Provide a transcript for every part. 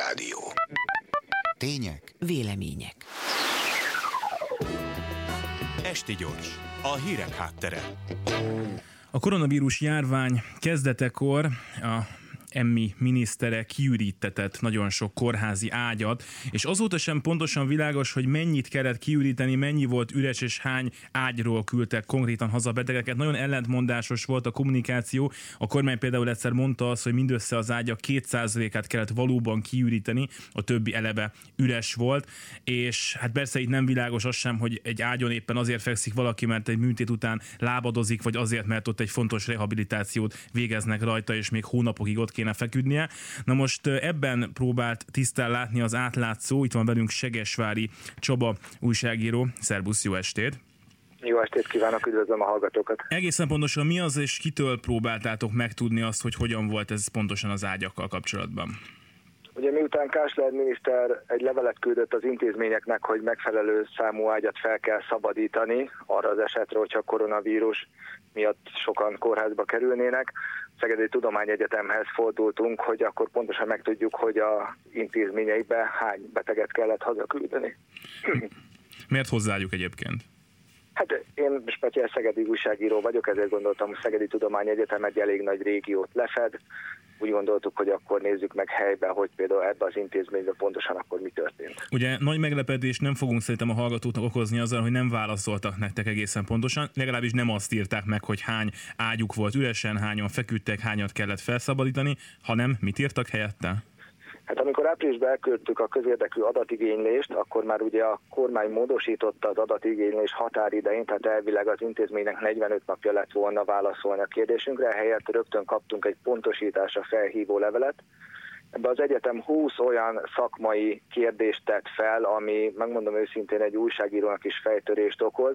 Rádió. Tények. Vélemények. Esti Gyors, a hírek háttere. A koronavírus járvány kezdetekor a Emmi minisztere kiürítetett nagyon sok kórházi ágyat, és azóta sem pontosan világos, hogy mennyit kellett kiüríteni, mennyi volt üres és hány ágyról küldtek konkrétan haza betegeket. Nagyon ellentmondásos volt a kommunikáció. A kormány például egyszer mondta azt, hogy mindössze az ágyak 2%-át kellett valóban kiüríteni, a többi eleve üres volt, és hát persze itt nem világos az sem, hogy egy ágyon éppen azért fekszik valaki, mert egy műtét után lábadozik, vagy azért, mert ott egy fontos rehabilitációt végeznek rajta, és még hónapokig ott kéne feküdnie. Na most ebben próbált tisztán látni az átlátszó. Itt van velünk Segesvári Csaba újságíró. Szerbusz, jó estét! Jó estét kívánok, üdvözlöm a hallgatókat! Egészen pontosan mi az, és kitől próbáltátok megtudni azt, hogy hogyan volt ez pontosan az ágyakkal kapcsolatban? Ugye miután Kásler miniszter egy levelet küldött az intézményeknek, hogy megfelelő számú ágyat fel kell szabadítani arra az esetre, hogyha a koronavírus miatt sokan kórházba kerülnének, Szegedi Tudományegyetemhez fordultunk, hogy akkor pontosan megtudjuk, hogy az intézményeikbe hány beteget kellett hazaküldeni. Miért hozzájuk egyébként? Hát én speciális szegedi újságíró vagyok, ezért gondoltam, hogy Szegedi Tudományegyetem egy elég nagy régiót lefed. Úgy gondoltuk, hogy akkor nézzük meg helyben, hogy például ebben az intézményben pontosan akkor mi történt. Ugye nagy meglepetést nem fogunk szerintem a hallgatóknak okozni azzal, hogy nem válaszoltak nektek egészen pontosan, legalábbis nem azt írták meg, hogy hány ágyuk volt üresen, hányan feküdtek, hányat kellett felszabadítani, hanem mit írtak helyette? Hát amikor áprilisban elküldtük a közérdekű adatigénylést, akkor már ugye a kormány módosította az adatigénylés határidején, tehát elvileg az intézménynek 45 napja lett volna válaszolni a kérdésünkre, helyett rögtön kaptunk egy pontosításra felhívó levelet. Ebben az egyetem 20 olyan szakmai kérdést tett fel, ami, megmondom őszintén, egy újságírónak is fejtörést okoz.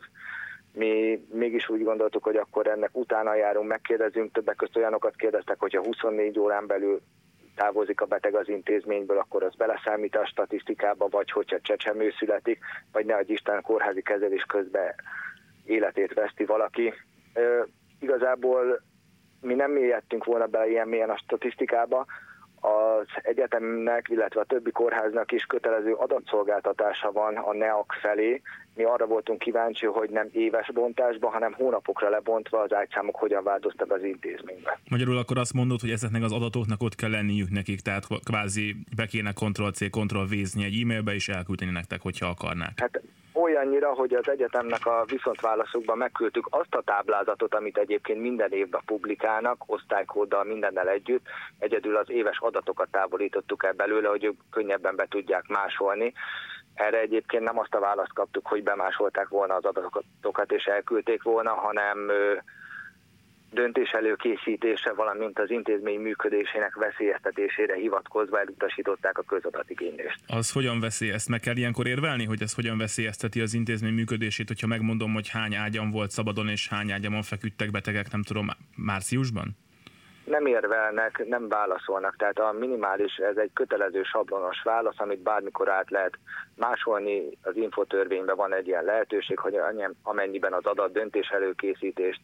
Mi mégis úgy gondoltuk, hogy akkor ennek utána járunk, megkérdezünk, többek között olyanokat kérdeztek, hogyha 24 órán belül távozik a beteg az intézményből, akkor az beleszámít a statisztikába, vagy hogyha csecsemő születik, vagy nehogy Isten kórházi kezelés közben életét veszti valaki. Igazából mi nem mélyedtünk volna bele ilyen mélyen a statisztikába, az egyetemnek, illetve a többi kórháznak is kötelező adatszolgáltatása van a NEAK felé. Mi arra voltunk kíváncsi, hogy nem éves bontásban, hanem hónapokra lebontva az ágyszámok hogyan változtak az intézményben. Magyarul akkor azt mondod, hogy ezeknek az adatoknak ott kell lenniük nekik, tehát kvázi be kéne Ctrl-C, Ctrl-V-zni egy e-mailbe és elküldeni nektek, hogyha akarnák. Hát olyannyira, hogy az egyetemnek a viszontválaszokban megküldtük azt a táblázatot, amit egyébként minden évben publikálnak, osztálykóddal, mindennel együtt. Egyedül az éves adatokat távolítottuk el belőle, hogy ők könnyebben be tudják másolni. Erre egyébként nem azt a választ kaptuk, hogy bemásolták volna az adatokat és elküldték volna, hanem döntés előkészítése, valamint az intézmény működésének veszélyeztetésére hivatkozva elutasították a közadatigénylést. Az hogyan ezt meg kell ilyenkor érvelni, hogy ez hogyan veszélyezteti az intézmény működését, hogyha megmondom, hogy hány ágyam volt szabadon és hány ágyamon feküdtek betegek, nem tudom, márciusban? Nem érvelnek, nem válaszolnak, tehát a minimális, ez egy kötelező sablonos válasz, amit bármikor át lehet másolni, az infotörvényben van egy ilyen lehetőség, hogy amennyiben az adat döntés előkészítést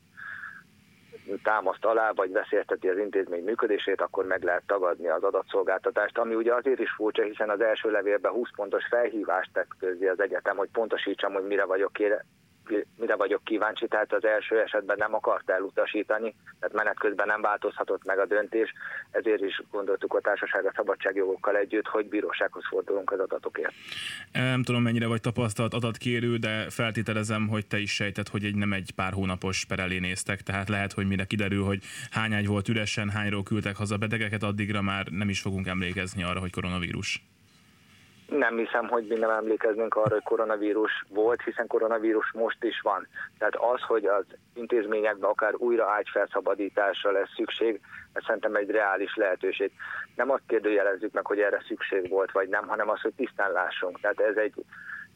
támaszt alá, vagy veszélyezteti az intézmény működését, akkor meg lehet tagadni az adatszolgáltatást, ami ugye azért is furcsa, hiszen az első levélben 20 pontos felhívást tett közzé az egyetem, hogy pontosítsam, hogy mire vagyok kíváncsi, tehát az első esetben nem akart elutasítani, tehát menet közben nem változhatott meg a döntés, ezért is gondoltuk a társaság szabadságjogokkal együtt, hogy bírósághoz fordulunk az adatokért. Nem tudom, mennyire vagy tapasztalt adatkérő, de feltételezem, hogy te is sejted, hogy nem egy pár hónapos per elé néztek, tehát lehet, hogy mire kiderül, hogy hány ágy volt üresen, hányról küldtek haza betegeket, addigra már nem is fogunk emlékezni arra, hogy koronavírus. Nem hiszem, hogy mi nem emlékeznénk arra, hogy koronavírus volt, hiszen koronavírus most is van. Tehát az, hogy az intézményekben akár újra ágyfelszabadításra lesz szükség, ez szerintem egy reális lehetőség. Nem azt kérdőjelezzük meg, hogy erre szükség volt, vagy nem, hanem az, hogy tisztán lássunk. Tehát ez egy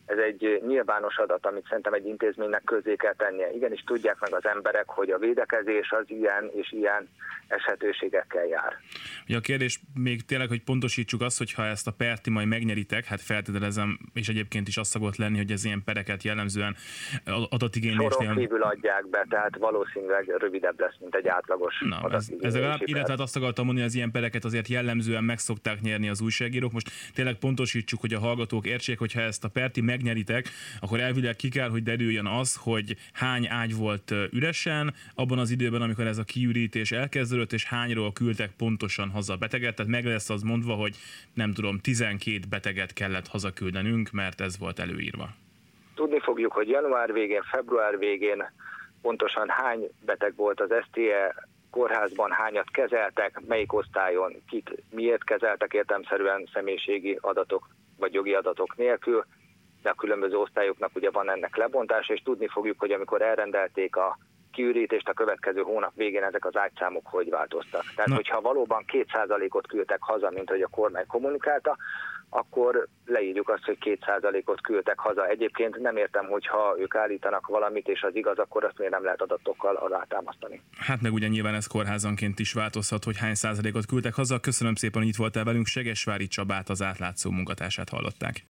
ez egy nyilvános adat, amit szerintem egy intézménynek közzé kell tennie. Igenis tudják meg az emberek, hogy a védekezés az ilyen és ilyen eshetőségekkel jár. Ja, a kérdés még tényleg, hogy pontosítsuk azt, hogy ha ezt a pert ti majd megnyeritek, hát feltételezem, és egyébként is azt szokott lenni, hogy ez ilyen pereket jellemzően adatigénylésnél... Soron kívül adják be, tehát valószínűleg rövidebb lesz, mint egy átlagos adatigénylési per. Illetve azt akartam mondani, hogy az ilyen pereket azért jellemzően meg szokták nyerni az újságírók. Most tényleg pontosítsuk, hogy a hallgatók értsék, hogyha ezt a perti megnyeritek, akkor elvileg ki kell, hogy derüljön az, hogy hány ágy volt üresen abban az időben, amikor ez a kiürítés elkezdődött, és hányról küldtek pontosan haza beteget. Tehát meg lesz az mondva, hogy nem tudom, 12 beteget kellett hazaküldenünk, mert ez volt előírva. Tudni fogjuk, hogy január végén, február végén pontosan hány beteg volt az STE kórházban, hányat kezeltek, melyik osztályon, kit miért kezeltek értelemszerűen személyiségi adatok vagy jogi adatok nélkül, de a különböző osztályoknak ugye van ennek lebontása, és tudni fogjuk, hogy amikor elrendelték a kiürítést, a következő hónap végén ezek az ágyszámok hogy változtak. Tehát, hogyha valóban 2%-ot küldtek haza, mint hogy a kormány kommunikálta, akkor leírjuk azt, hogy 2%-ot küldtek haza. Egyébként nem értem, hogyha ők állítanak valamit, és az igaz, akkor azt miért nem lehet adatokkal alátámasztani. Hát meg ugye nyilván ez kórházanként is változhat, hogy hány százalékot küldtek haza. Köszönöm szépen, hogy itt voltál velünk. Segesvári Csabát, az Átlátszó munkatársát hallották.